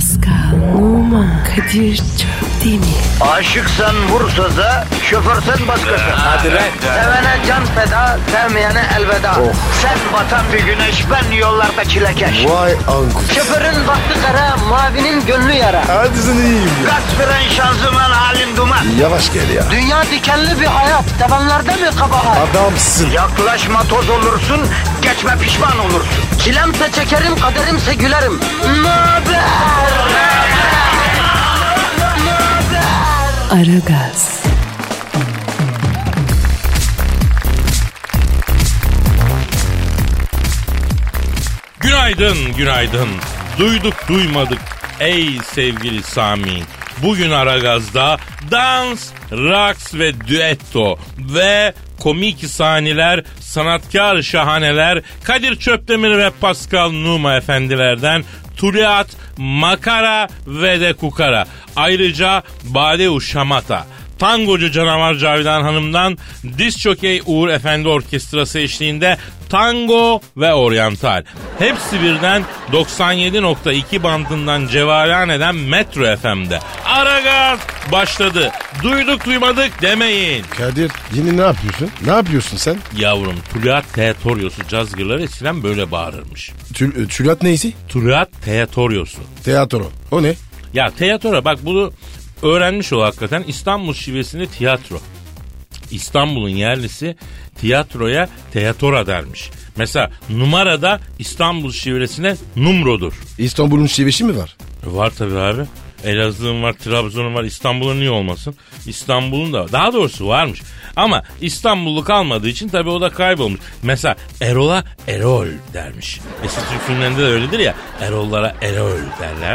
Pascal, Oman, Kadir çok değil mi? Aşıksan vursa da, şoförsen başkasın. Hadi lan. Sevene can feda, sevmeyene elveda. Sen batan bir güneş, ben yollarda çilekeş. Vay anku. Şoförün baktı kara, mavinin gönlü yara. Hadi sen iyiyim ya. Kasperen şanzıman halin duman. Yavaş gel ya. Dünya dikenli bir hayat, sevenlerde mi kabahar? Adamsın. Yaklaşma toz olursun, geçme pişman olursun. Çilemse çekerim, kaderimse gülerim. Möber! Aragaz. Günaydın, günaydın. Duyduk duymadık ey sevgili Sami. Bugün Aragaz'da dans, raks ve düetto ve komik sahneler, sanatkar şahaneler, Kadir Çöptemir ve Pascal Numa efendilerden Turiat, makara ve de kukara. Ayrıca Bade-u Şamata. Tangocu canavar Cavidan Hanım'dan diz çökey Uğur Efendi Orkestrası eşliğinde tango ve oryantal. Hepsi birden 97.2 bandından cevalan eden Metro FM'de. Aragaz başladı. Duyduk duymadık demeyin. Kadir yine ne yapıyorsun? Ne yapıyorsun sen? Yavrum Turiat Teatoryosu cazgırları eskiden böyle bağırırmış. Tülat neyse? Turiat Teatoryosu. Tiyatro. O ne? Ya tiyatro bak bunu öğrenmiş ol hakikaten. İstanbul şivesinde tiyatro. İstanbul'un yerlisi tiyatroya teatora dermiş. Mesela numarada İstanbul şivesine numrodur. İstanbul'un şivesi mi var? Var tabii abi. Elazığ'ın var, Trabzon'un var. İstanbul'un niye olmasın? İstanbul'un da daha doğrusu varmış. Ama İstanbullu kalmadığı için tabii o da kaybolmuş. Mesela Erol'a Erol dermiş. Eski Türk filmlerinde de öyledir ya. Erol'lara Erol derler.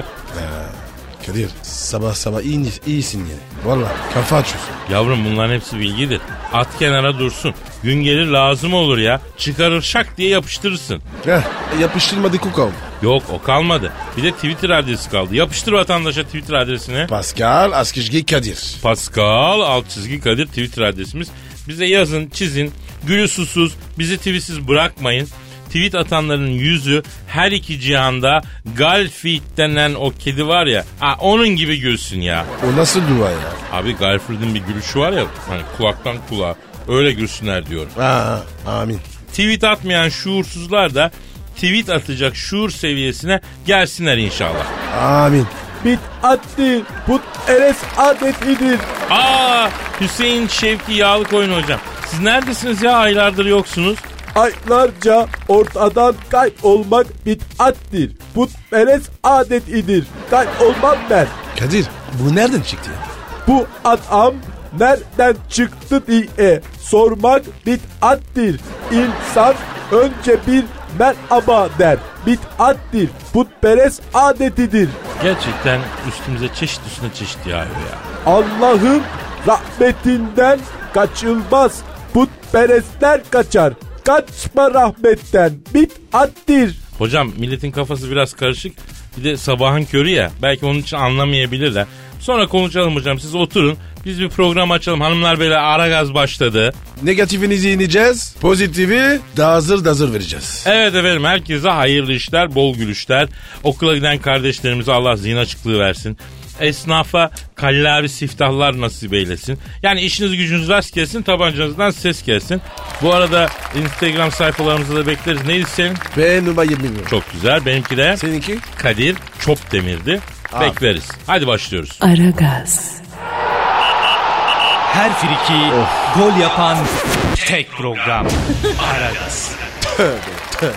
Kadir sabah sabah iyisin yani. Vallahi kafa açıyorsun. Yavrum bunların hepsi bilgidir. At kenara dursun. Gün gelir lazım olur ya. Çıkarır şak diye yapıştırırsın. Yapıştırmadık o kaldı. Yok o kalmadı. Bir de Twitter adresi kaldı. Yapıştır vatandaşa Twitter adresini. Pascal Askizgi Kadir. Pascal _ Kadir Twitter adresimiz. Bize yazın, çizin. Gülü susuz, bizi tweetsiz bırakmayın. Tweet atanların yüzü her iki cihanda Garfield denen o kedi var ya, onun gibi gülsün ya. O nasıl dua ya? Abi Garfield'in bir gülüşü var ya, hani kulaktan kulağa, öyle gülsünler diyorum. Amin. Tweet atmayan şuursuzlar da tweet atacak şuur seviyesine gelsinler inşallah. Amin. Bid'attir, putperest adetidir. Hüseyin Şevki Yağlıkoyun hocam. Siz neredesiniz ya, aylardır yoksunuz? Aylarca ortadan kaybolmak bid'attir. Putperest adetidir. Kaybolmam ben. Kadir bu nereden çıktı ya? Bu adam nereden çıktı diye sormak bid'attir. İnsan önce bir merhaba der. Bid'attir. Putperest adetidir. Gerçekten üstümüze çeşit üstüne çeşit yağıyor ya. Allah'ın rahmetinden kaçılmaz. Putperestler kaçar. Kaçma rahmetten. Bid'attir. Hocam milletin kafası biraz karışık. Bir de sabahın körü ya. Belki onun için anlamayabilirler. Sonra konuşalım hocam. Siz oturun. Biz bir program açalım. Hanımlar beyler Aragaz başladı. Negatifinizi ineceğiz. Pozitifi daha hazır vereceğiz. Evet efendim, herkese hayırlı işler, bol gülüşler. Okula giden kardeşlerimize Allah zihin açıklığı versin. Esnafa kallavi siftahlar nasip eylesin. Yani işiniz gücünüz rast gelsin, tabancanızdan ses gelsin. Bu arada Instagram sayfalarımızda da bekleriz. Neydi senin? Ben Numa 20. Çok güzel. Benimki de Seninki? Kadir Çopdemir'di. Bekleriz. Hadi başlıyoruz. Aragaz. Her friki gol yapan tek program. Aragaz. Tövbe.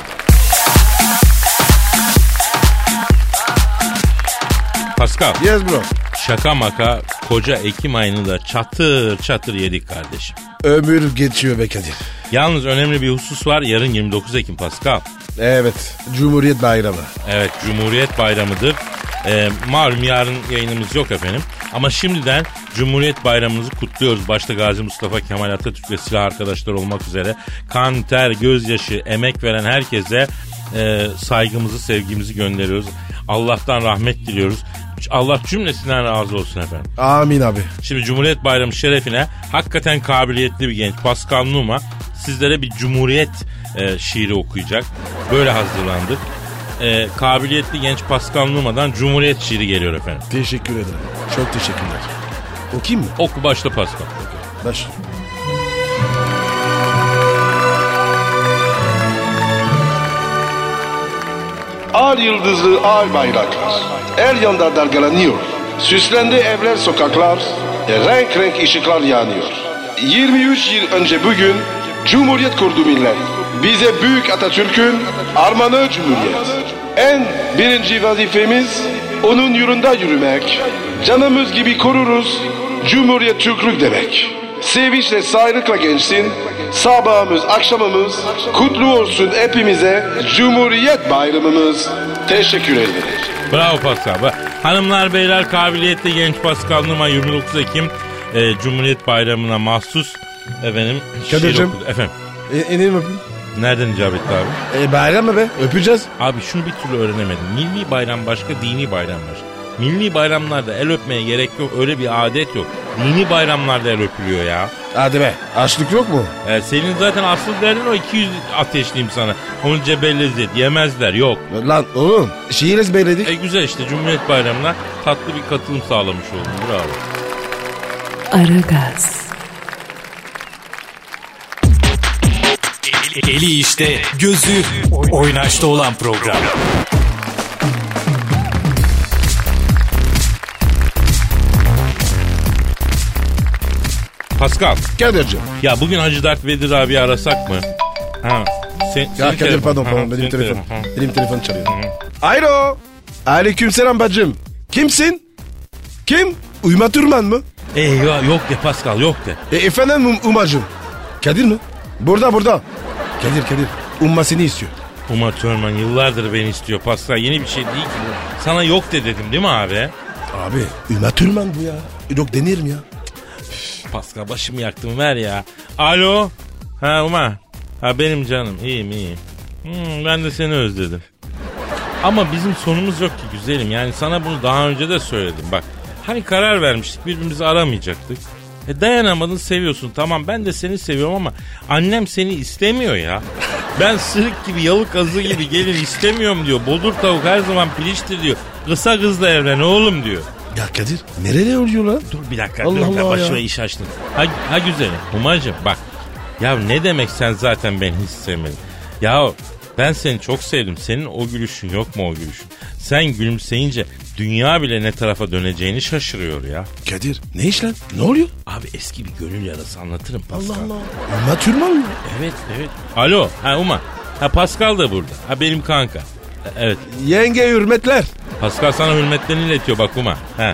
Pascal. Yes bro. Şaka maka koca Ekim ayını da çatır çatır yedik kardeşim. Ömür geçiyor be Kadir. Yalnız önemli bir husus var. Yarın 29 Ekim Pascal. Evet. Cumhuriyet Bayramı. Evet, Cumhuriyet Bayramı'dır. Malum yarın yayınımız yok efendim. Ama şimdiden Cumhuriyet Bayramımızı kutluyoruz. Başta Gazi Mustafa Kemal Atatürk ve silah arkadaşlar olmak üzere kan, ter, gözyaşı, emek veren herkese saygımızı, sevgimizi gönderiyoruz. Allah'tan rahmet diliyoruz. Allah cümlesinden razı olsun efendim. Amin abi. Şimdi Cumhuriyet Bayramı şerefine hakikaten kabiliyetli bir genç Pascal Numa sizlere bir Cumhuriyet şiiri okuyacak. Böyle hazırlandık. kabiliyetli genç Pascal Numa'dan Cumhuriyet şiiri geliyor efendim. Teşekkür ederim. Çok teşekkürler. Okuyayım mı? Oku başla Pascal. Baş. Ay yıldızlı ay bayraklar. Her yanda dalgalanıyor. Süslendi evler sokaklar. Renk renk ışıklar yanıyor. 23 yıl önce bugün Cumhuriyet kurdu millet. Bize büyük Atatürk'ün armağanı Cumhuriyet. En birinci vazifemiz onun yolunda yürümek. Canımız gibi koruruz. Cumhuriyet Türklük demek. Sevinçle saygıyla geçsin. Sabahımız akşamımız kutlu olsun hepimize Cumhuriyet Bayramımız. Teşekkür ederim. Bravo Pascal. Hanımlar beyler kabiliyetli genç Pascal Numa 29 Ekim Cumhuriyet Bayramı'na mahsus efendim şiir okudu. Efendim. İneyim öpeyim. Nereden icap etti abi? Bayram mı be? Öpeceğiz. Abi şunu bir türlü öğrenemedim. Milli bayram başka, dini bayram başka. Milli bayramlarda el öpmeye gerek yok. Öyle bir adet yok. Dini bayramlarda el öpülüyor ya. Hadi be. Açlık yok mu? Senin zaten asıl derdin o 200 ateşliyim sana. Onu cebellez et. Yemezler. Yok. Lan oğlum şiir ezberledik. Güzel işte Cumhuriyet Bayramı'na tatlı bir katılım sağlamış oldum. Bravo. Aragaz. Eli işte, gözü oynaşta olan program. Pascal. Kadir'cim. Ya bugün Hacı Dert Vedir abi arasak mı? Ha. Ya Kadir pardon benim telefon. Benim telefon çalıyor. Alo. Aleykümselam bacım. Kimsin? Kim? Uyma Türman mı? Yok de Pascal yok de. Efendim Umacım. Kadir mi? Burada. Kadir. Umma seni istiyor. Uma Thurman yıllardır beni istiyor Pascal. Yeni bir şey değil ki bu. Sana yok de dedim değil mi abi? Abi Uma Thurman bu ya. Yok denir mi ya? Pascal başımı yaktım ver ya. Alo. Ha Uma. Ha benim canım iyiyim. Ben de seni özledim. Ama bizim sonumuz yok ki güzelim. Yani sana bunu daha önce de söyledim. Bak hani karar vermiştik birbirimizi aramayacaktık. Dayanamadın seviyorsun tamam ben de seni seviyorum ama annem seni istemiyor ya. Ben sırık gibi yalık azı gibi gelin istemiyorum diyor. Bodur tavuk her zaman piliçtir diyor. Kısa kızla evlen oğlum diyor. Ya Kadir nereye oluyor lan? Dur bir dakika. Allah başıma ya. iş açtın. Ha güzelim Umacığım bak. Ya ne demek sen zaten beni hiç sevmedin. Ya ben seni çok sevdim. Senin o gülüşün yok mu o gülüşün? Sen gülümseyince dünya bile ne tarafa döneceğini şaşırıyor ya. Kadir ne iş lan? Ne oluyor? Abi eski bir gönül yarası anlatırım Pascal. Allah. Uma Thurman mı? Evet. Alo Uma. Pascal da burada. Benim kanka. Evet. Yenge hürmetler. Pascal sana hürmetlerini iletiyor bak Uma.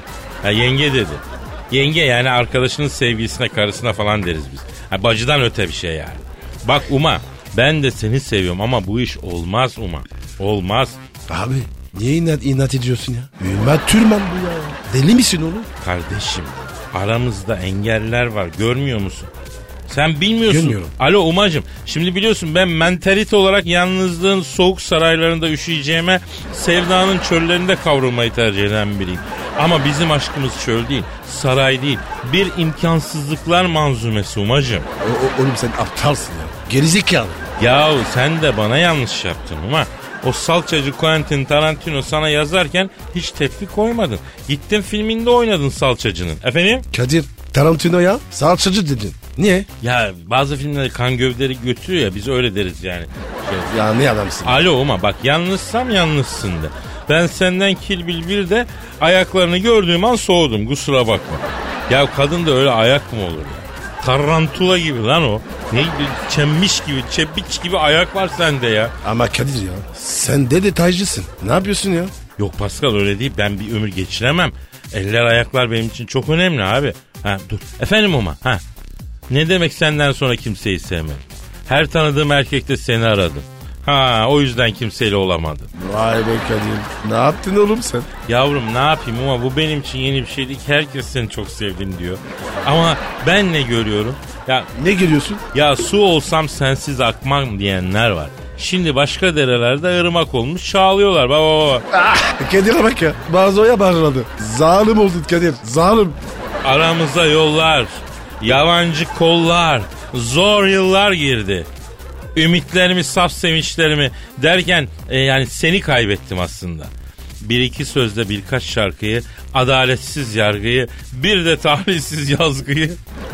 Yenge dedi. Yenge yani arkadaşının sevgilisine karısına falan deriz biz. Bacıdan öte bir şey yani. Bak Uma ben de seni seviyorum ama bu iş olmaz Uma. Olmaz. Abi niye inat ediyorsun ya? Uma Thurman bu ya. Deli misin oğlum? Kardeşim aramızda engeller var görmüyor musun? Sen bilmiyorsun. Görmüyorum. Alo Umacığım. Şimdi biliyorsun ben mentalite olarak yalnızlığın soğuk saraylarında üşüyeceğime sevdanın çöllerinde kavrulmayı tercih eden biriyim. Ama bizim aşkımız çöl değil, saray değil. Bir imkansızlıklar manzumesi Umacığım. Oğlum sen aptalsın ya. Gerizekalı. Yahu sen de bana yanlış yaptın Uma. O salçacı Quentin Tarantino sana yazarken hiç tepki koymadın. Gittin filminde oynadın salçacının. Efendim? Kadir Tarantino ya salçacı dedin. Niye? Ya bazı filmlerde kan gövdeleri götürüyor ya biz öyle deriz yani. Ya ne adamsın? Alo Uma bak yanlışsam yanlışsın de. Ben senden Kill Bill 1'de ayaklarını gördüğüm an soğudum kusura bakma. Ya kadın da öyle ayak mı olur ya? Tarantula gibi lan o. Neydi? Çemmiş gibi, çepiç gibi ayak var sende ya. Ama Kadir ya sen de detaycısın. Ne yapıyorsun ya? Yok Pascal öyle değil. Ben bir ömür geçiremem. Eller ayaklar benim için çok önemli abi. Dur. Efendim Uma. Ne demek senden sonra kimseyi sevmedim? Her tanıdığım erkekte seni aradım. O yüzden kimseyle olamadım. Vay be Kadir. Ne yaptın oğlum sen? Yavrum ne yapayım ama bu benim için yeni bir şey değil ki herkes seni çok sevdim diyor. Ama ben ne görüyorum? Ya ne görüyorsun? Ya su olsam sensiz akmam diyenler var. Şimdi başka derelerde ırmak olmuş çağlıyorlar. Baba. Kadir'e bak ya. Bazoya bağırladı. Zalim oldun Kadir. Zalim. Aramıza yollar, yabancı kollar, zor yıllar girdi. ümitlerimi, saf sevinçlerimi derken yani seni kaybettim aslında. Bir iki sözle birkaç şarkıyı, adaletsiz yargıyı, bir de talihsiz yazgıyı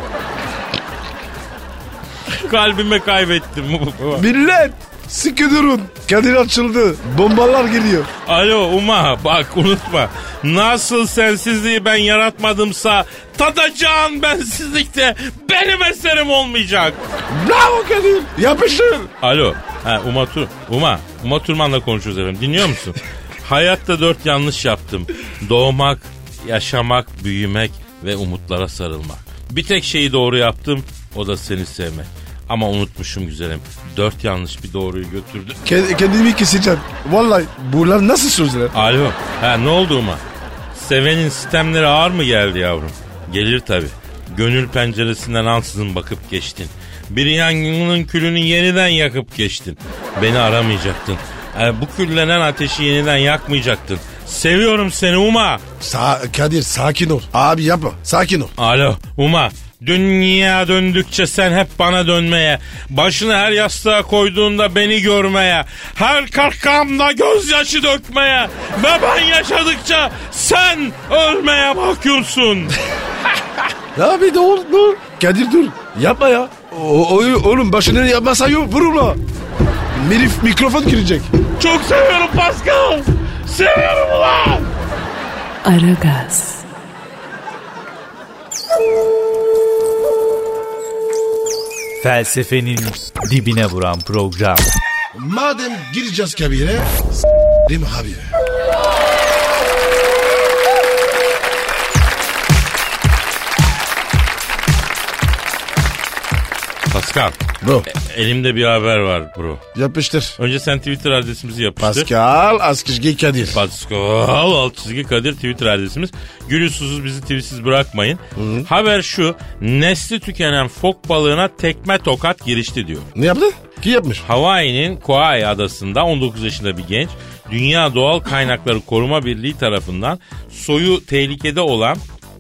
kalbime kaybettim. Millet sıkı durun. Kadir açıldı. Bombalar geliyor. Alo Uma, bak unutma. Nasıl sensizliği ben yaratmadımsa tadacağın bensizlikte benim eserim olmayacak. Bravo Kadir. Yapıştır. Alo. Uma Turman'la konuşuyoruz efendim. Dinliyor musun? Hayatta 4 yanlış yaptım. Doğmak, yaşamak, büyümek ve umutlara sarılmak. Bir tek şeyi doğru yaptım. O da seni sevmek. Ama unutmuşum güzelim. 4 yanlış bir doğruyu götürdü. Kendimi keseceğim. Vallahi bunlar nasıl sözler? Alo. Ne oldu Uma? Sevenin sistemleri ağır mı geldi yavrum? Gelir tabii. Gönül penceresinden ansızın bakıp geçtin. Bir yangının külünü yeniden yakıp geçtin. Beni aramayacaktın. Bu küllenen ateşi yeniden yakmayacaktın. Seviyorum seni Uma. Kadir sakin ol. Abi yapma. Sakin ol. Alo Uma. Dünya döndükçe sen hep bana dönmeye, başını her yastığa koyduğunda beni görmeye, her kalkamda gözyaşı dökmeye ve ben yaşadıkça sen ölmeye bakıyorsun. Abi dur. Kadir dur. Yapma ya. Oğlum başını yapmasa yok. Vurma. Mikrofon girecek. Çok seviyorum Pascal. Seviyorum ulan. Aragaz. Felsefenin dibine vuran program. Madem gireceğiz kabire, s***rim abi. Pascal. Bro. Elimde bir haber var bro. Yapıştır. Önce sen Twitter adresimizi yapıştır. Pascal Askışgi Kadir. Pascal Askışgi Kadir Twitter adresimiz. Gülüsüzsüz bizi tweetsiz bırakmayın. Hı. Haber şu. Nesli tükenen fok balığına tekme tokat girişti diyor. Ne yaptı? Kim yapmış? Hawaii'nin Kauai adasında 19 yaşında bir genç Dünya Doğal Kaynakları Koruma Birliği tarafından soyu tehlikede olan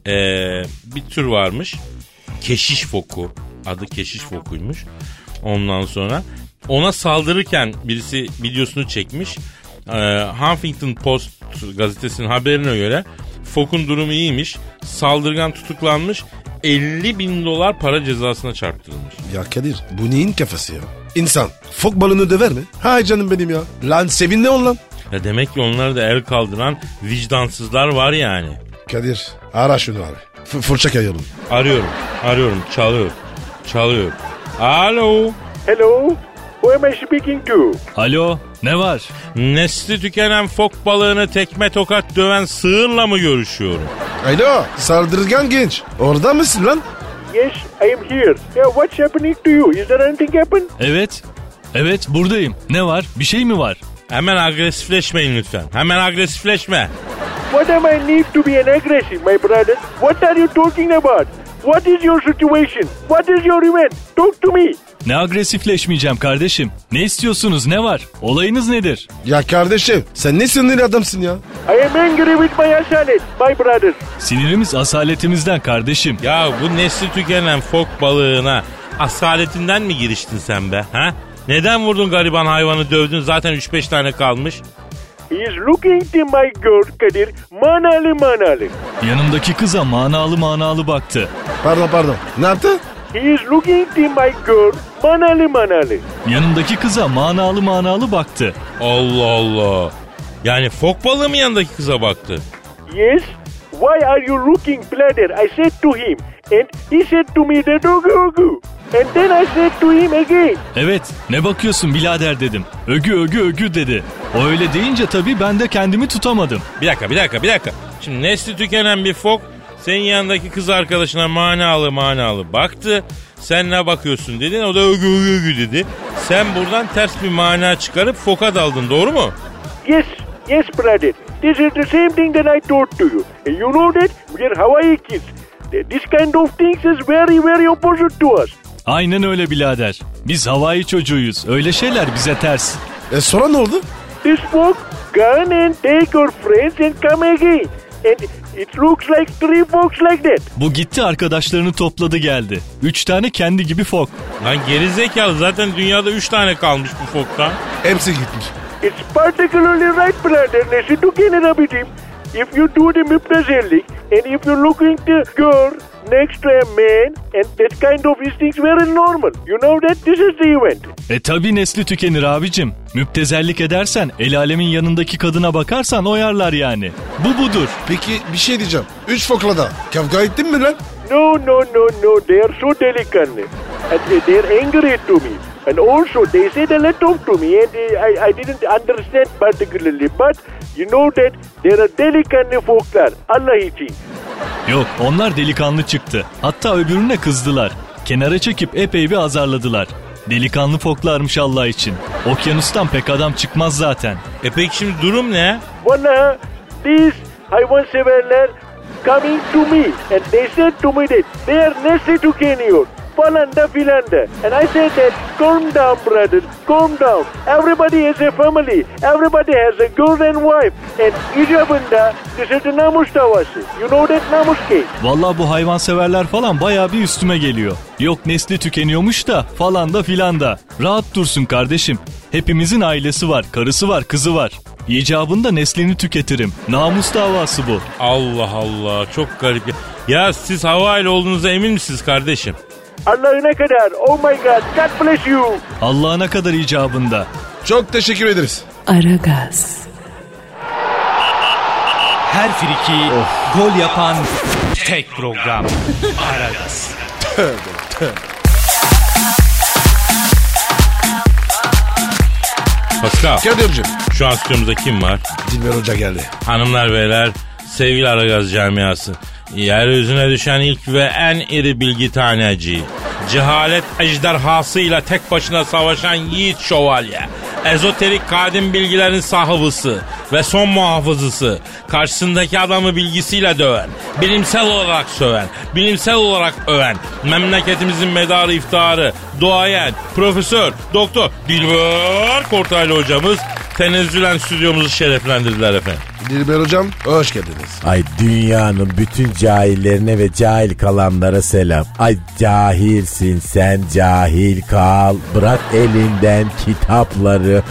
bir tür varmış. Keşiş foku. Adı keşiş fokuymuş. Ondan sonra ona saldırırken birisi videosunu çekmiş. Huffington Post gazetesinin haberine göre fokun durumu iyiymiş. Saldırgan tutuklanmış. $50,000 para cezasına çarptırılmış. Ya Kadir bu neyin kafası ya? İnsan fok balığını döver mi? Hay canım benim ya. Lan sevin ne on lan? Ya demek ki onları da el kaldıran vicdansızlar var yani. Kadir ara şunu abi. Fırça kayalım. Arıyorum. Çalıyor. Alo. Hello. Who am I speaking to? Alo, ne var? Nesli tükenen fok balığını tekme tokat döven sığırla mı görüşüyorum? Alo, saldırgan genç. Orada mısın lan? Yes, I am here. Yeah, what's happening to you? Is there anything happen? Evet buradayım. Ne var? Bir şey mi var? Hemen agresifleşmeyin lütfen. Hemen agresifleşme. What am I need to be an aggressive, my brother? What are you talking about? What is your situation? What is your event? Talk to me. Ne agresifleşmeyeceğim kardeşim? Ne istiyorsunuz? Ne var? Olayınız nedir? Ya kardeşim sen ne sinirli adamsın ya? I am angry with my asalet, my brother. Sinirimiz asaletimizden kardeşim. Ya bu nesli tükenen fok balığına asaletinden mi giriştin sen be? Ha? Neden vurdun gariban hayvanı, dövdün, zaten 3-5 tane kalmış? He is looking to my girl Kadir, manalı. Yanımdaki kıza manalı baktı. Pardon. Ne yaptı? He is looking to my girl, manalı. Yanımdaki kıza manalı baktı. Allah Allah. Yani fok balığı mı yanındaki kıza baktı? Yes. Why are you looking, brother? I said to him. And he said to me that ogu. And then I said to him again. Evet, ne bakıyorsun birader dedim. Ögü dedi. O öyle deyince tabii ben de kendimi tutamadım. Bir dakika. Şimdi nesli tükenen bir fok senin yanındaki kız arkadaşına manalı baktı. Sen ne bakıyorsun dedin, o da ögü dedi. Sen buradan ters bir mana çıkarıp foka daldın, doğru mu? Yes, brother. This is the same thing that I told to you. And you know that we are Hawaii kids. This kind of things is very, very opposite to us. Aynen öyle birader. Biz Hawaii çocuğuyuz. Öyle şeyler bize ters. Sonra ne oldu? This folk gone and take your friends and come again. and it looks like 3 folks like that. Bu gitti arkadaşlarını topladı geldi. 3 tane kendi gibi fok. Lan gerizekalı, zaten dünyada 3 tane kalmış bu foktan. Hepsi gitmiş. It's particularly right, brother. Listen to Canada with him. If you do the müptezellik and if you're looking to girl next to a man and that kind of instincts very normal. You know that this is the event. Tabi nesli tükenir abicim. Müptezellik edersen el alemin yanındaki kadına bakarsan oyarlar yani. Bu budur. Peki bir şey diyeceğim. 3 fokla da kavga ettin mi lan? No. They are so delicate. And they are angry to me. And also they said a lot to me and I didn't understand particularly. But you know that there are delicate folklar. Allah için. Yok, onlar delikanlı çıktı. Hatta öbürüne kızdılar. Kenara çekip epey bir azarladılar. Delikanlı foklarmış Allah için. Okyanustan pek adam çıkmaz zaten. Peki şimdi durum ne? Vallahi these hayvanseverler coming to me and they said to me that they are nesli tükeniyor. Falan da filan da. And I said that calm down brother, calm down. Everybody has a family. Everybody has a girl and wife. And icabında this is the namus davası. You know that namus case. Vallahi bu hayvanseverler falan bayağı bir üstüme geliyor. Yok nesli tükeniyormuş da falan da filan da. Rahat dursun kardeşim. Hepimizin ailesi var, karısı var, kızı var. İcabında neslini tüketirim. Namus davası bu. Allah Allah, çok garip. Ya siz Hava ile olduğunuza emin misiniz kardeşim? Allah'ına kadar. Oh my God. God bless you. Allah'ına kadar icabında. Çok teşekkür ederiz. Aragaz. Her friki gol yapan tek program. Aragaz. Pascal, Kadir'cim. şu an stüdyomuzda kim var? Dilber Hoca geldi. Hanımlar beyler, sevgili Aragaz camiası. Yeryüzüne düşen ilk ve en iri bilgi taneci. Cehalet ejderhasıyla tek başına savaşan yiğit şövalye. Ezoterik kadim bilgilerin sahibi ve son muhafızısı. Karşısındaki adamı bilgisiyle döven, bilimsel olarak söven, bilimsel olarak öven. Memleketimizin medarı iftiharı, duayen, profesör, doktor Dilber Kortaylı hocamız tenezzülen stüdyomuzu şereflendirdiler efendim. Dilber Hocam hoş geldiniz. Ay dünyanın bütün cahillerine ve cahil kalanlara selam. Ay cahilsin sen, cahil kal. Bırak elinden kitapları.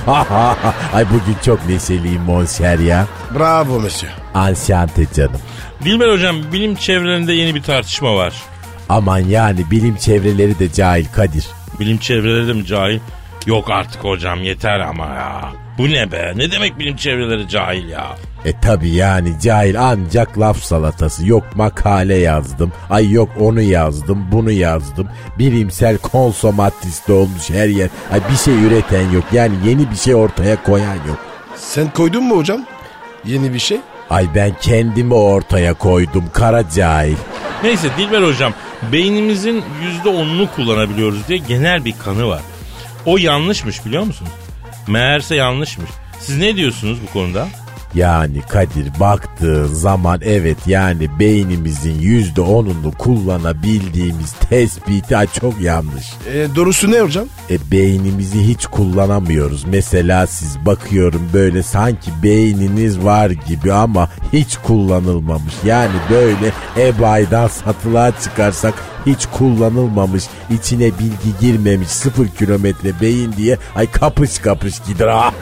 Ay bugün çok neşeliyim monşer ya. Bravo monsieur. Anşante canım. Dilber hocam, bilim çevrelerinde yeni bir tartışma var. Aman yani bilim çevreleri de cahil Kadir. Bilim çevreleri de mi cahil? Yok artık hocam, yeter ama ya. Bu ne be? Ne demek bilim çevreleri cahil ya? Tabi yani cahil ancak laf salatası. Yok makale yazdım. Ay yok onu yazdım, bunu yazdım. Bilimsel konsomatist olmuş her yer. Ay bir şey üreten yok. Yani yeni bir şey ortaya koyan yok. Sen koydun mu hocam? Yeni bir şey? Ay ben kendimi ortaya koydum kara cahil. Neyse Dilber hocam, beynimizin %10'unu kullanabiliyoruz diye genel bir kanı var. O yanlışmış, biliyor musunuz? Meğerse yanlışmış. Siz ne diyorsunuz bu konuda? Yani Kadir baktığın zaman evet yani beynimizin %10'unu kullanabildiğimiz tespiti çok yanlış. Doğrusu ne hocam? Beynimizi hiç kullanamıyoruz. Mesela siz bakıyorum böyle sanki beyniniz var gibi ama hiç kullanılmamış. Yani böyle ebaydan satılığa çıkarsak hiç kullanılmamış, içine bilgi girmemiş 0 kilometre beyin diye ay kapış kapış gider.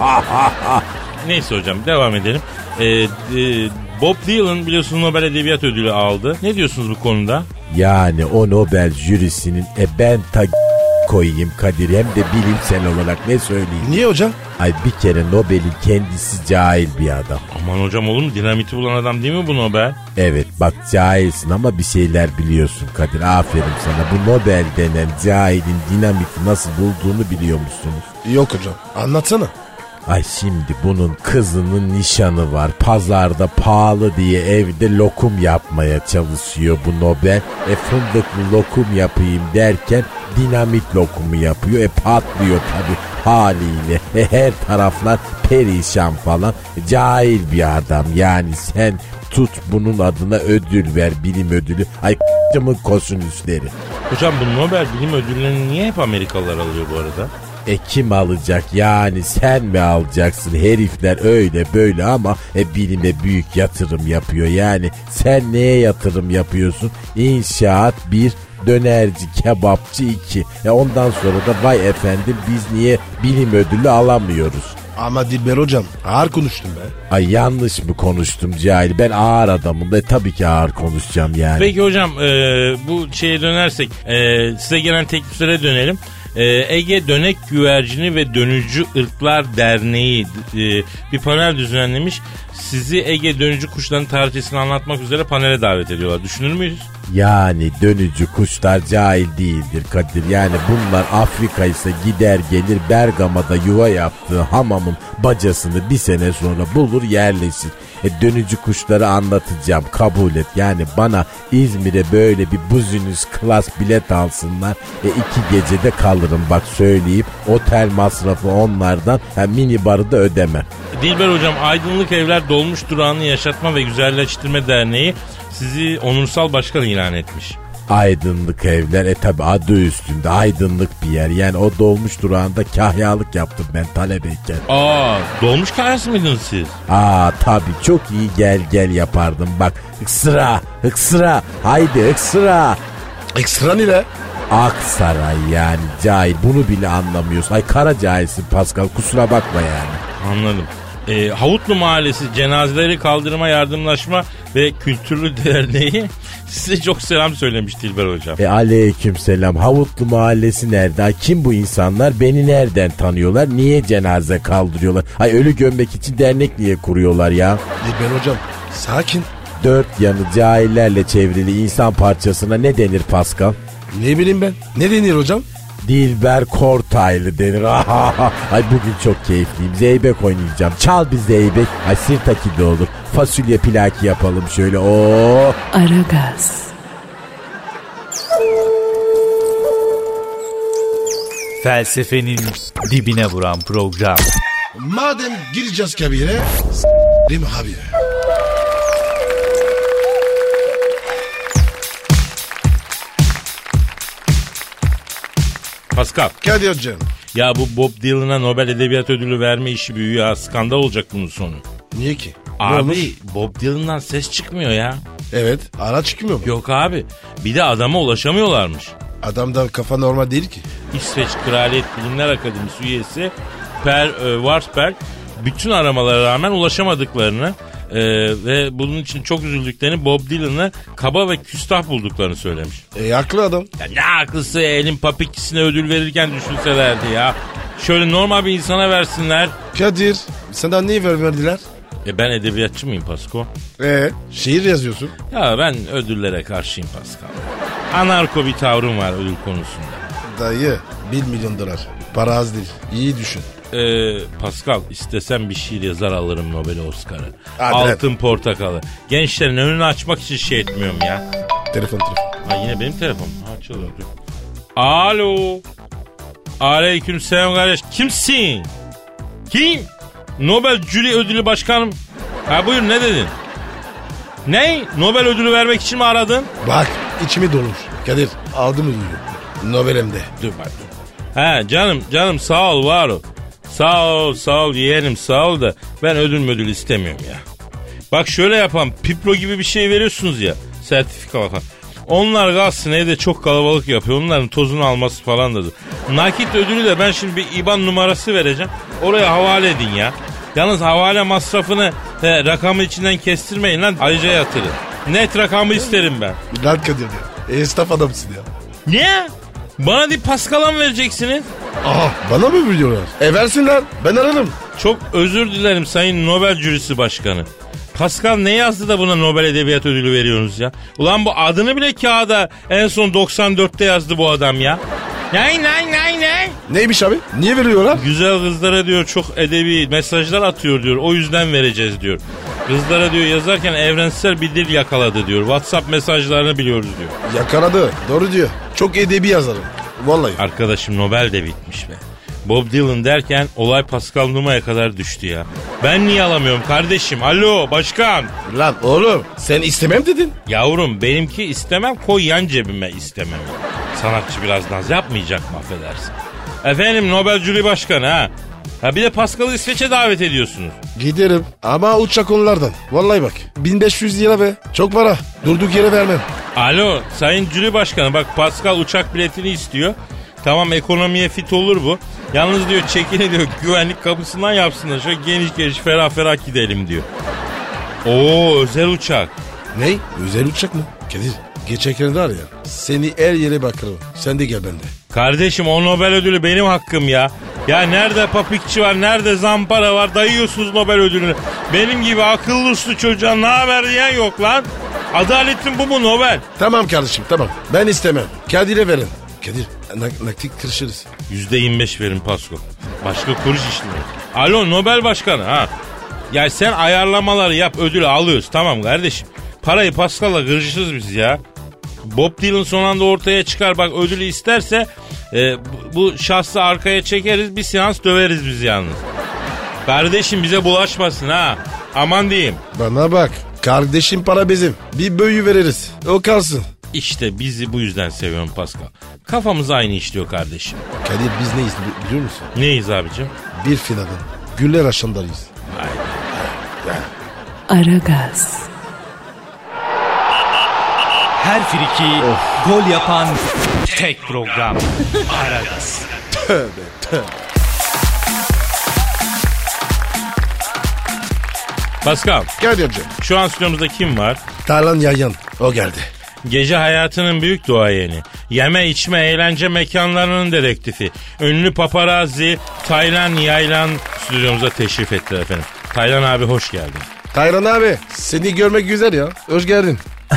Neyse hocam, devam edelim. Bob Dylan biliyorsunuz Nobel Edebiyat Ödülü aldı. Ne diyorsunuz bu konuda? Yani o Nobel jürisinin ben koyayım Kadir, hem de bilimsel olarak ne söyleyeyim? Niye hocam? Ay bir kere Nobel'in kendisi cahil bir adam. Aman hocam, olur mu? Dinamiti bulan adam değil mi bu Nobel? Evet bak cahilsin ama bir şeyler biliyorsun Kadir, aferin sana. Bu Nobel denen cahilin dinamiti nasıl bulduğunu biliyor musunuz? Yok hocam, anlatsana. Ay şimdi bunun kızının nişanı var. Pazarda pahalı diye evde lokum yapmaya çalışıyor bu Nobel. Fındıklı lokum yapayım derken dinamit lokumu yapıyor. Patlıyor tabii haliyle. Her taraflar perişan falan. Cahil bir adam yani, sen tut bunun adına ödül ver, bilim ödülü. Ay k***mın kosun üstleri. Hocam bu Nobel bilim ödüllerini niye hep Amerikalılar alıyor bu arada? Kim alacak yani sen mi alacaksın? Herifler öyle böyle ama bilime büyük yatırım yapıyor. Yani sen neye yatırım yapıyorsun? İnşaat 1, dönerci, kebapçı 2. Ondan sonra da vay efendim biz niye bilim ödülü alamıyoruz? Ama Dilber hocam ağır konuştum be. Ay yanlış mı konuştum cahil? Ben ağır adamım da tabii ki ağır konuşacağım yani. Peki hocam bu şeye dönersek size gelen tekliflere dönelim. Ege Dönek Güvercini ve Dönücü Irklar Derneği bir panel düzenlemiş. Sizi Ege dönücü kuşların tarihçesini anlatmak üzere panele davet ediyorlar. Düşünür müyüz? Yani dönücü kuşlar cahil değildir Kadir. Yani bunlar Afrika ise gider gelir Bergama'da yuva yaptığı hamamın bacasını bir sene sonra bulur yerleşir. Dönücü kuşları anlatacağım, kabul et. Yani bana İzmir'e böyle bir business class bilet alsınlar. 2 gecede kalırım bak söyleyeyim. Otel masrafı onlardan, mini barı da ödemem. Dilber hocam, Aydınlık Evler Dolmuş Durağı'nı Yaşatma ve Güzelleştirme Derneği sizi onursal başkan ilan etmiş. Aydınlık Evler tabi adı üstünde aydınlık bir yer. Yani o dolmuş durağında kahyalık yaptım ben talebeyken. Dolmuş kahyası mıydınız siz? Tabi çok iyi gel yapardım bak. Iksıra haydi ıksıra. Ekstra ne le? Aksaray yani cahil, bunu bile anlamıyorsun. Ay kara cahilsin Pascal, kusura bakma yani. Anladım. Havutlu Mahallesi Cenazeleri Kaldırma Yardımlaşma ve Kültürlü Derneği size çok selam söylemiş Dilber hocam. Aleykümselam. Havutlu Mahallesi nerede? Kim bu insanlar? Beni nereden tanıyorlar? Niye cenaze kaldırıyorlar? Ay ölü gömmek için dernek niye kuruyorlar ya? Dilber hocam sakin. 4 yanı cahillerle çevrili insan parçasına ne denir Pascal? Ne bileyim ben. Ne denir hocam? Dilber Kortaylı denir. Ay bugün çok keyifliyim. Zeybek oynayacağım. Çal bir zeybek. Ay sirtaki de olur. Fasulye pilaki yapalım şöyle. Aragaz. Felsefenin dibine vuran program. Madem gireceğiz kabire, değil mi abi? Pascal. Kadir canım. Ya bu Bob Dylan'a Nobel Edebiyat Ödülü verme işi büyüyor ya. Skandal olacak bunun sonu. Niye ki? Abi Bob Dylan'dan ses çıkmıyor ya. Evet. Ara çıkmıyor mu? Yok abi. Bir de adama ulaşamıyorlarmış. Adamdan kafa normal değil ki. İsveç Kraliyet Bilimler Akademisi üyesi Per Warsberg bütün aramalara rağmen ulaşamadıklarını ve bunun için çok üzüldüklerini, Bob Dylan'ı kaba ve küstah bulduklarını söylemiş. Haklı adam. Ya ne haklısı, elin papikisine ödül verirken düşünselerdi ya. Şöyle normal bir insana versinler. Kadir senden neyi verdiler? Ben edebiyatçı mıyım Pasko? Şiir yazıyorsun. Ya ben ödüllere karşıyım Pascal. Anarko bir tavrım var ödül konusunda. Dayı 1 milyon dolar. Para az değil. İyi düşün. Pascal istesem bir şiir yazar alırım Nobel Oscar'ı. Altın Portakalı. Gençlerin önünü açmak için şey etmiyorum ya. Telefon. Ha yine benim telefonum. Açılıyor. Alo. Aleyküm selam kardeş. Kimsin? Kim? Nobel Jüri Ödülü Başkanım. Ha buyur, ne dedin? Ne? Nobel ödülü vermek için mi aradın? Bak içimi dolmuş. Kadir aldım ödülü. Nobel'imde. Dur bak. Ha canım sağ ol, var ol. Sağ ol yeğenim, sağ ol da ben ödül istemiyorum ya. Bak şöyle yapalım, Pipro gibi bir şey veriyorsunuz ya, sertifika bakalım. Onlar kalsın, evde çok kalabalık yapıyor, onların tozunu alması falan da. Nakit ödülü de ben şimdi bir IBAN numarası vereceğim, oraya havale edin ya. Yalnız havale masrafını rakamı içinden kestirmeyin lan, ayrıca yatırın. Net rakamı isterim ben. Lan Kadir ya, esnaf adamsın ya. Ne? Bana değil Pascal'a mı vereceksiniz? Aha, bana mı veriyorlar? Versinler, ben ararım. Çok özür dilerim Sayın Nobel Jürisi Başkanı. Pascal ne yazdı da buna Nobel Edebiyat Ödülü veriyorsunuz ya? Ulan bu adını bile kağıda en son 94'te yazdı bu adam ya. Ne? Neymiş abi? Niye veriyorlar? Güzel kızlara diyor çok edebi mesajlar atıyor diyor. O yüzden vereceğiz diyor. Kızlara diyor yazarken evrensel bir dil yakaladı diyor. WhatsApp mesajlarını biliyoruz diyor. Yakaladı. Doğru diyor. Çok edebi yazarım. Vallahi. Arkadaşım Nobel de bitmiş be. Bob Dylan derken olay Pascal Numa'ya kadar düştü ya. Ben niye alamıyorum kardeşim? Alo başkan. Lan oğlum sen istemem dedin. Yavrum benimki istemem, koy yan cebime istemem. Sanatçı biraz naz yapmayacak mı affedersin? Efendim Nobel Jüri Başkanı ha. Ha bir de Pascal'ı İsveç'e davet ediyorsunuz. Giderim ama uçak onlardan. Vallahi bak 1500 lira be. Çok para. Durduk yere vermem. Alo Sayın Jüri Başkanı bak Pascal uçak biletini istiyor. Tamam ekonomiye fit olur bu. Yalnız diyor çekini diyor güvenlik kapısından yapsınlar. Şöyle geniş ferah ferah gidelim diyor. Oo özel uçak. Ne? Özel uçak mı? Kadir geçerken var ya seni her yere bakarım. Sen de gel bende. Kardeşim o Nobel ödülü benim hakkım ya. Ya nerede papikçi var nerede zampara var dayıyorsunuz Nobel ödülünü. Benim gibi akıllı uslu çocuğa ne haber diyen yok lan. Adaletin bu mu Nobel? Tamam kardeşim tamam ben istemem. Kadir'e verin. Kadir nakit kırışırız. %25 verin Pasko. Başka kuruş işlemiyor. Alo Nobel Başkanı ha. Ya sen ayarlamaları yap ödülü alıyoruz tamam kardeşim. Parayı Pascal'la kırışırız biz ya. Bob Dylan son anda ortaya çıkar bak ödülü isterse bu şahsı arkaya çekeriz bir seans döveriz biz yalnız. Kardeşim bize bulaşmasın ha. Aman diyeyim. Bana bak kardeşim para bizim. Bir böğü veririz o kalsın. İşte bizi bu yüzden seviyorum Pascal. Kafamız aynı işliyor kardeşim. Kadir biz neyiz biliyor musun? Neyiz abicim? Bir finalın güller aşındayız. Aragaz. Her friki gol yapan tek program. Aragaz. Tövbe. Pascal. Kadir'cim. Şu an stüdyomuzda kim var? Talan Yayan o geldi. Gece hayatının büyük duayeni, yeme içme eğlence mekanlarının dedektifi, ünlü paparazzi Taylan Yaylan stüdyomuza teşrif ettiler efendim. Taylan abi hoş geldin. Taylan abi seni görmek güzel ya. Hoş geldin.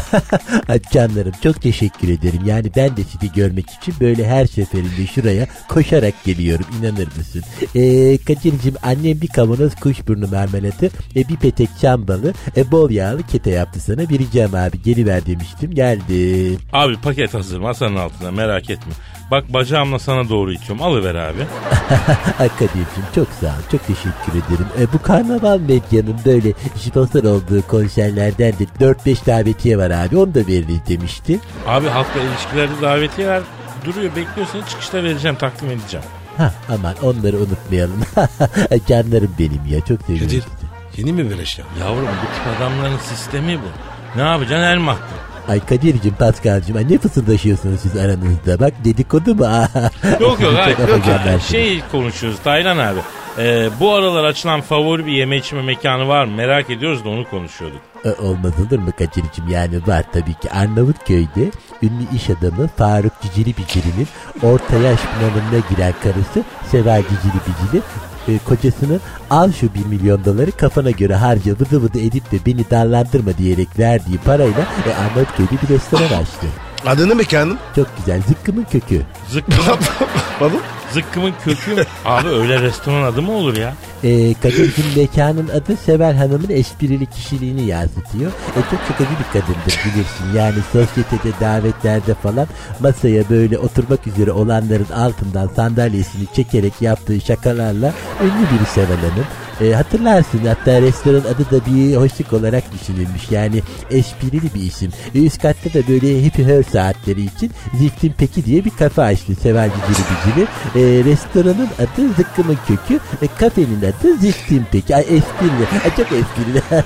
Canlarım çok teşekkür ederim. Yani ben de sizi görmek için böyle her seferinde şuraya koşarak geliyorum. İnanır mısın? Kadir'cim annem bir kavanoz kuşburnu marmelatı, bir petek çam balı, bol yağlı kete yaptı sana. Vereceğim abi geliver demiştim geldi. Abi paket hazır masanın altında merak etme. Bak bacağımla sana doğru itiyorum alıver abi. Kadir'cim çok sağ ol çok teşekkür ederim. Bu karnaval medyanın böyle sponsor olduğu konserlerden de 4-5 davetiye var abi onu da veririz demişti. Abi halkla ilişkilerde davetiyeler duruyor bekliyor seni çıkışta vereceğim takdim edeceğim. Aman onları unutmayalım. Canlarım benim ya çok seviyorum. Kadir yeni mi beleş ya? Yavrum bu tip adamların sistemi bu. Ne yapacaksın el mahkum. Ay Kadir'cim Pascal'cım ne fısıldaşıyorsunuz siz aranızda bak dedikodu mu? Yok hayır şey konuşuyoruz Taylan abi. Bu aralar açılan favori bir yeme içme mekanı var mı merak ediyoruz da onu konuşuyorduk. Olmaz olur mu Kadir'cim yani var tabii ki Arnavutköy'de ünlü iş adamı Faruk Cicili Bicili'nin orta yaş bunalımına giren karısı Seval Cicili Bicili kocasının al şu 1 milyon doları kafana göre harca vıdı vıdı edip de beni darlandırma diyerek verdiği parayla Arnavutköy'de bir restoran açtı. Adını mekanın? Çok güzel Zıkkımın Kökü. Pardon? Zıkkımın Kökü abi öyle restoran adı mı olur ya? Kadir'cim mekanın adı Seval Hanım'ın esprili kişiliğini yansıtıyor. Çok şakacı bir kadındır bilirsin. Yani sosyetede davetlerde falan masaya böyle oturmak üzere olanların altından sandalyesini çekerek yaptığı şakalarla ünlü biri Seval Hanım. Hatırlarsın hatta restoran adı da bir hoşluk olarak düşünülmüş. Yani esprili bir isim. Üst katta da böyle happy hour saatleri için Ziftin Peki diye bir kafe açtı Seval Cicili Bicili. Restoranın adı Zıkkımın Kökü. Kafenin adı Ziftin Peki. Ay esprili. Ay çok esprili.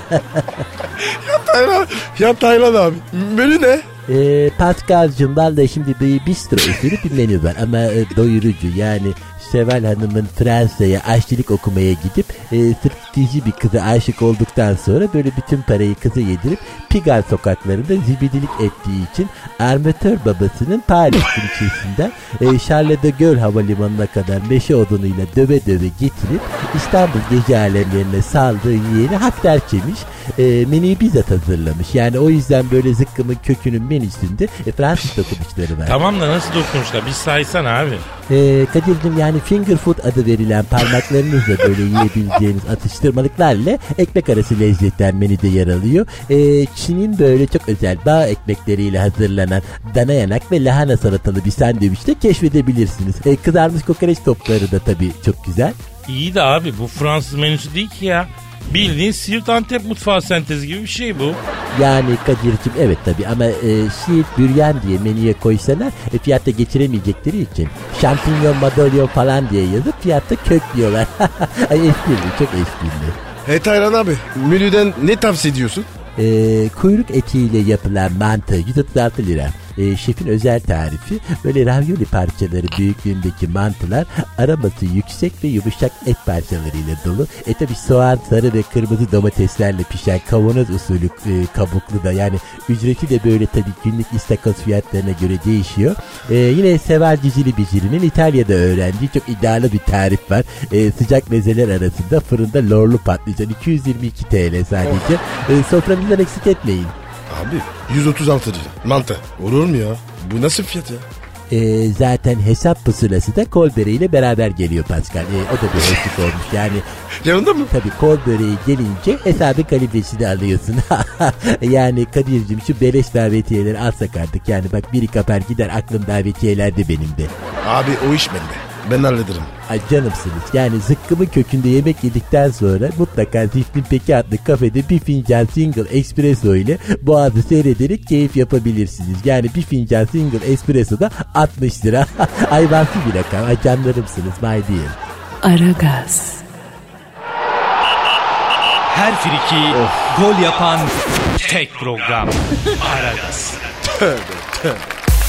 Ya Taylan abi. Menü ne? Pascal'cığım vallahi şimdi bir bistro usulü bir menü var ama doyurucu yani Seval Hanım'ın Fransa'ya aşçılık okumaya gidip striptizci bir kıza aşık olduktan sonra böyle bütün parayı kıza yedirip Pigalle sokaklarında zibidilik ettiği için armatör babasının Paris ilçesinden Charles de Gaulle havalimanına kadar meşe odunuyla döve getirip İstanbul gece alemlerine saldığı yeğeni Hakler Çemiş menüyü bizzat hazırlamış. Yani o yüzden böyle Zıkkımın Kökü'nün menüsünde Fransız dokunuşları var. Tamam da nasıl dokunuşlar? Bir saysana abi. Kadir'cim yani finger food adı verilen parmaklarınızla böyle yiyebileceğiniz atıştırmalıklarla ekmek arası lezzetler menüde yer alıyor. Çin'in böyle çok özel bağ ekmekleriyle hazırlanan dana yanak ve lahana salatalı bir sandviç de keşfedebilirsiniz. Kızarmış kokoreç topları da tabii çok güzel. İyi de abi bu Fransız menüsü değil ki ya. Bildiğin Siirt Antep mutfağı sentezi gibi bir şey bu. Yani Kadir'cim evet tabii ama Siirt büryan diye menüye koysalar fiyatta geçiremeyecekleri için Şampinyon, madalyon falan diye yazıp fiyatta kök diyorlar. Ay esprili, çok esprili. Hey Taylan abi, menüden ne tavsiye ediyorsun? Kuyruk etiyle yapılan mantı 136 lira. Şefin özel tarifi, böyle ravioli parçaları büyüklüğündeki mantılar, aroması yüksek ve yumuşak et parçalarıyla dolu. Tabi soğan, sarı ve kırmızı domateslerle pişen kavanoz usulü kabuklu da, yani ücreti de böyle tabi günlük istakoz fiyatlarına göre değişiyor. Yine Seval Cicili İtalya'da öğrendiği çok iddialı bir tarif var. Sıcak mezeler arasında fırında lorlu patlıcan 222 TL sadece. Sofranızdan eksik etmeyin. Abi 136 lira mantı. Olur mu ya? Bu nasıl fiyat ya? Zaten hesap pusulası da kol böreğiyle beraber geliyor Pascal. O da bir eksik olmuş yani. Yanında mı? Tabii kol böreği gelince hesabın kalibresini alıyorsun. Yani Kadir'cim şu beleş davetiyeleri alsak artık. Yani bak biri kapar gider, aklım davetiyelerde benim de. Abi o iş bende. Ben hallederim. Ay canımsınız. Yani zıkkımın kökünde yemek yedikten sonra mutlaka Zifnin Peki adlı kafede bir fincan single espresso ile boğazı seyrederek keyif yapabilirsiniz. Yani bir fincan single espresso da 60 lira. Hayvansı bir rakam. Ay canlarımsınız my dear. Aragaz. Her friki gol yapan tek program. Aragaz. Tövbe tövbe.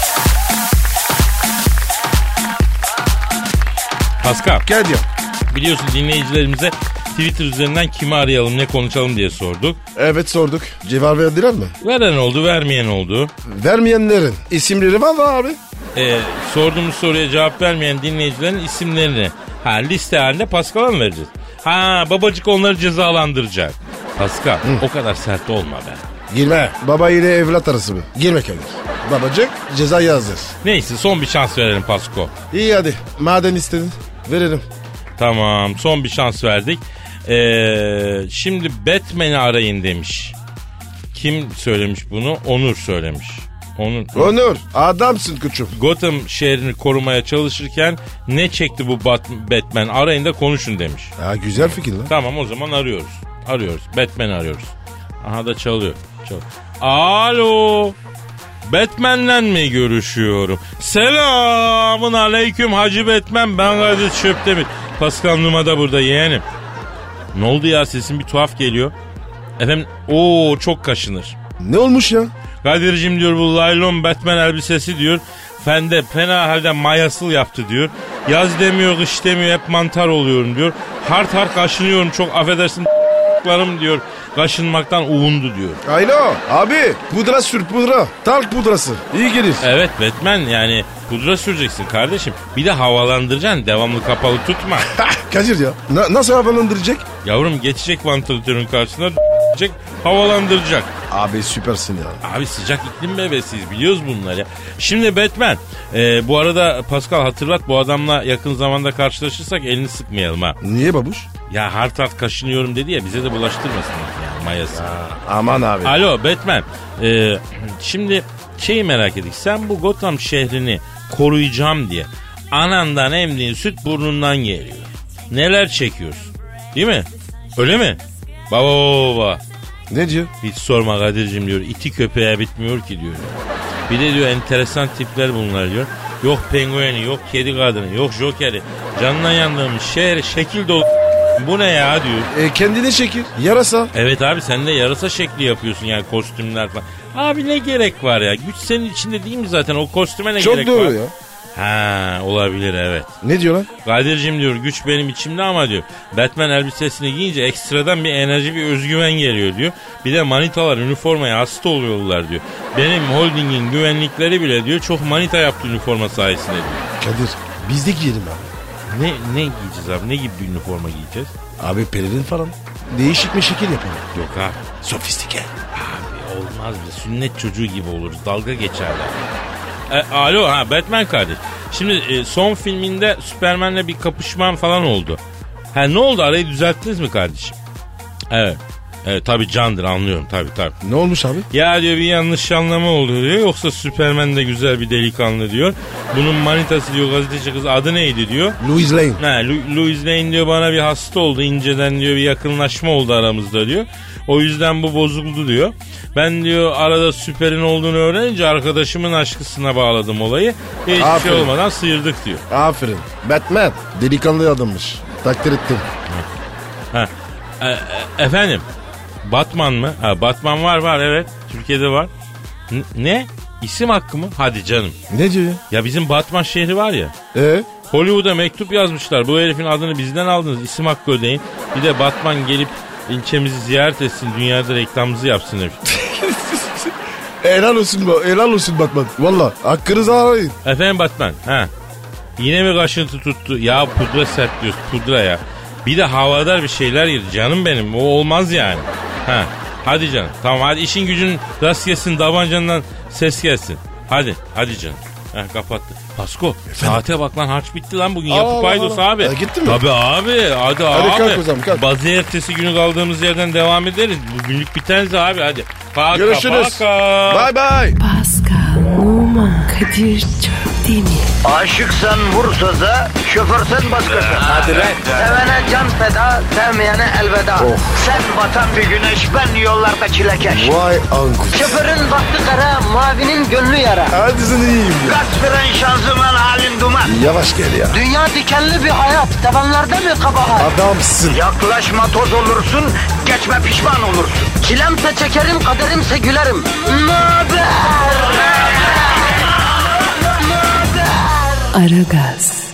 Pascal. Gel diyor. Biliyorsun dinleyicilerimize Twitter üzerinden kimi arayalım, ne konuşalım diye sorduk. Evet sorduk. Cevap verdiler mi? Veren oldu, vermeyen oldu. Vermeyenlerin isimleri var mı abi? Sorduğumuz soruya cevap vermeyen dinleyicilerin isimlerini liste halinde Pascal'a mı vereceğiz? Babacık onları cezalandıracak. Pascal o kadar sert olma be. Girme. Baba ile evlat arası mı? Girme Kadir. Babacık ceza yazdır. Neyse son bir şans verelim Pasko. İyi hadi. Madem istedin verelim. Tamam, son bir şans verdik. Şimdi Batman'i arayın demiş. Kim söylemiş bunu? Onur söylemiş. Onur adamsın koçum. Gotham şehrini korumaya çalışırken ne çekti bu Batman? Arayın da konuşun demiş. Güzel fikir lan. Tamam, o zaman arıyoruz. Batman'i arıyoruz. Aha da çalıyor. Alo. Batman'le mi görüşüyorum? Selamun aleyküm Hacı Batman. Ben Kadir Çöptemir. Pascal Numa da burada yeğenim. Ne oldu ya, sesin bir tuhaf geliyor. Efendim çok kaşınır. Ne olmuş ya? Kadir'cim diyor, bu laylon Batman elbisesi diyor. Fena halde mayasıl yaptı diyor. Yaz demiyor, kış demiyor, hep mantar oluyorum diyor. Har kaşınıyorum, çok affedersin diyor. Kaşınmaktan uğundu diyor. Alo abi, pudra sür pudra. Talk pudrası iyi gelir. Evet Batman, yani pudra süreceksin kardeşim. Bir de havalandıracaksın, devamlı kapalı tutma. Kadir ya nasıl havalandıracak? Yavrum geçecek vantilatörün karşısına havalandıracak. Abi süpersin ya. Abi sıcak iklim bebesiyiz, biliyoruz bunları ya. Şimdi Batman bu arada Pascal hatırlat, bu adamla yakın zamanda karşılaşırsak elini sıkmayalım ha. Niye babuş? Ya hard kaşınıyorum dedi ya, bize de bulaştırmasın yani mayası. Aman abi. Alo Batman, şimdi şeyi merak ettik, sen bu Gotham şehrini koruyacağım diye anandan emdiğin süt burnundan geliyor. Neler çekiyorsun değil mi? Öyle mi? Baba. Ne diyor? Hiç sorma Kadir'cim diyor, iti köpeğe bitmiyor ki diyor. Bir de diyor enteresan tipler bunlar diyor. Yok pengueni, yok kedi kadını, yok jokeri. Canına yandığımız şehre şekil dolu. Bu ne ya diyor. Kendine şekil. Yarasa. Evet abi, sen de yarasa şekli yapıyorsun yani, kostümler falan. Abi ne gerek var ya? Güç senin içinde değil mi zaten? O kostüme ne çok gerek var? doğru ya. Olabilir evet. Ne diyorlar? Kadir'cim diyor, güç benim içimde ama diyor, Batman elbisesini giyince ekstradan bir enerji, bir özgüven geliyor diyor. Bir de manitalar üniformaya hasta oluyorlar diyor. Benim holdingin güvenlikleri bile diyor çok manita yaptı üniforma sayesinde diyor. Kadir biz de giyelim abi. Ne giyeceğiz abi? Ne gibi bir üniforma giyeceğiz? Abi pelerin falan. Değişik bir şekil yapalım. Yok abi. Sofistike. Abi olmaz bir sünnet çocuğu gibi oluruz. Dalga geçerler. Alo Batman kardeş. Şimdi son filminde Superman'le bir kapışman falan oldu. Ne oldu, arayı düzelttiniz mi kardeşim? Evet tabii candır, anlıyorum tabii. Ne olmuş abi? Ya diyor bir yanlış anlama oldu diyor. Yoksa Superman de güzel bir delikanlı diyor. Bunun manitası diyor, gazeteci kız, adı neydi diyor. Louis Lane. Louis Lane diyor, bana bir hasta oldu inceden diyor, bir yakınlaşma oldu aramızda diyor. O yüzden bu bozuldu diyor. Ben diyor arada Süper'in olduğunu öğrenince arkadaşımın aşkısına bağladım olayı. Hiçbir şey olmadan sıyırdık diyor. Aferin. Batman delikanlı adammış. Takdir ettim. Ha. Efendim Batman mı? Ha, Batman var evet. Türkiye'de var. Ne? İsim hakkı mı? Hadi canım. Ne diyor? Ya bizim Batman şehri var ya. Hollywood'a mektup yazmışlar. Bu herifin adını bizden aldınız. İsim hakkı ödeyin. Bir de Batman gelip ilçemizi ziyaret etsin. Dünyada reklamımızı yapsın demiş. Helal olsun Batman. Valla hakkınızı arayın. Efendim Batman. Ha. Yine mi kaşıntı tuttu? Ya pudra sertliyoruz pudra ya. Bir de havadar bir şeyler yedi canım benim. O olmaz yani. Ha. Hadi canım. Tamam hadi işin gücün rast gelsin. Davancandan ses gelsin. Hadi canım. Kapattı. Pasko saate bak lan harç bitti lan bugün. Yapı paydos abi. Gitti mi? Tabii abi. Hadi kalk o zaman kalk. Bazı ertesi günü kaldığımız yerden devam ederiz. Bugünlük biterse abi hadi. Görüşürüz. Bye bye. Pascal, Oman, Kadir çok değil mi? Aşıksan vursa da, şoförsen başkasın. Hadi lan. Sevene can feda, sevmeyene elveda. Sen batan bir güneş, ben yollarda çilekeş. Vay anku. Şoförün baktı kara, mavinin gönlü yara. Hadi sen iyiyim ya. Kasperen şanzıman halin duman. Yavaş gel ya. Dünya dikenli bir hayat, sevenlerde mi kabahar? Adamsın. Yaklaşma toz olursun, geçme pişman olursun. Çilemse çekerim, kaderimse gülerim. Möber! Aragaz.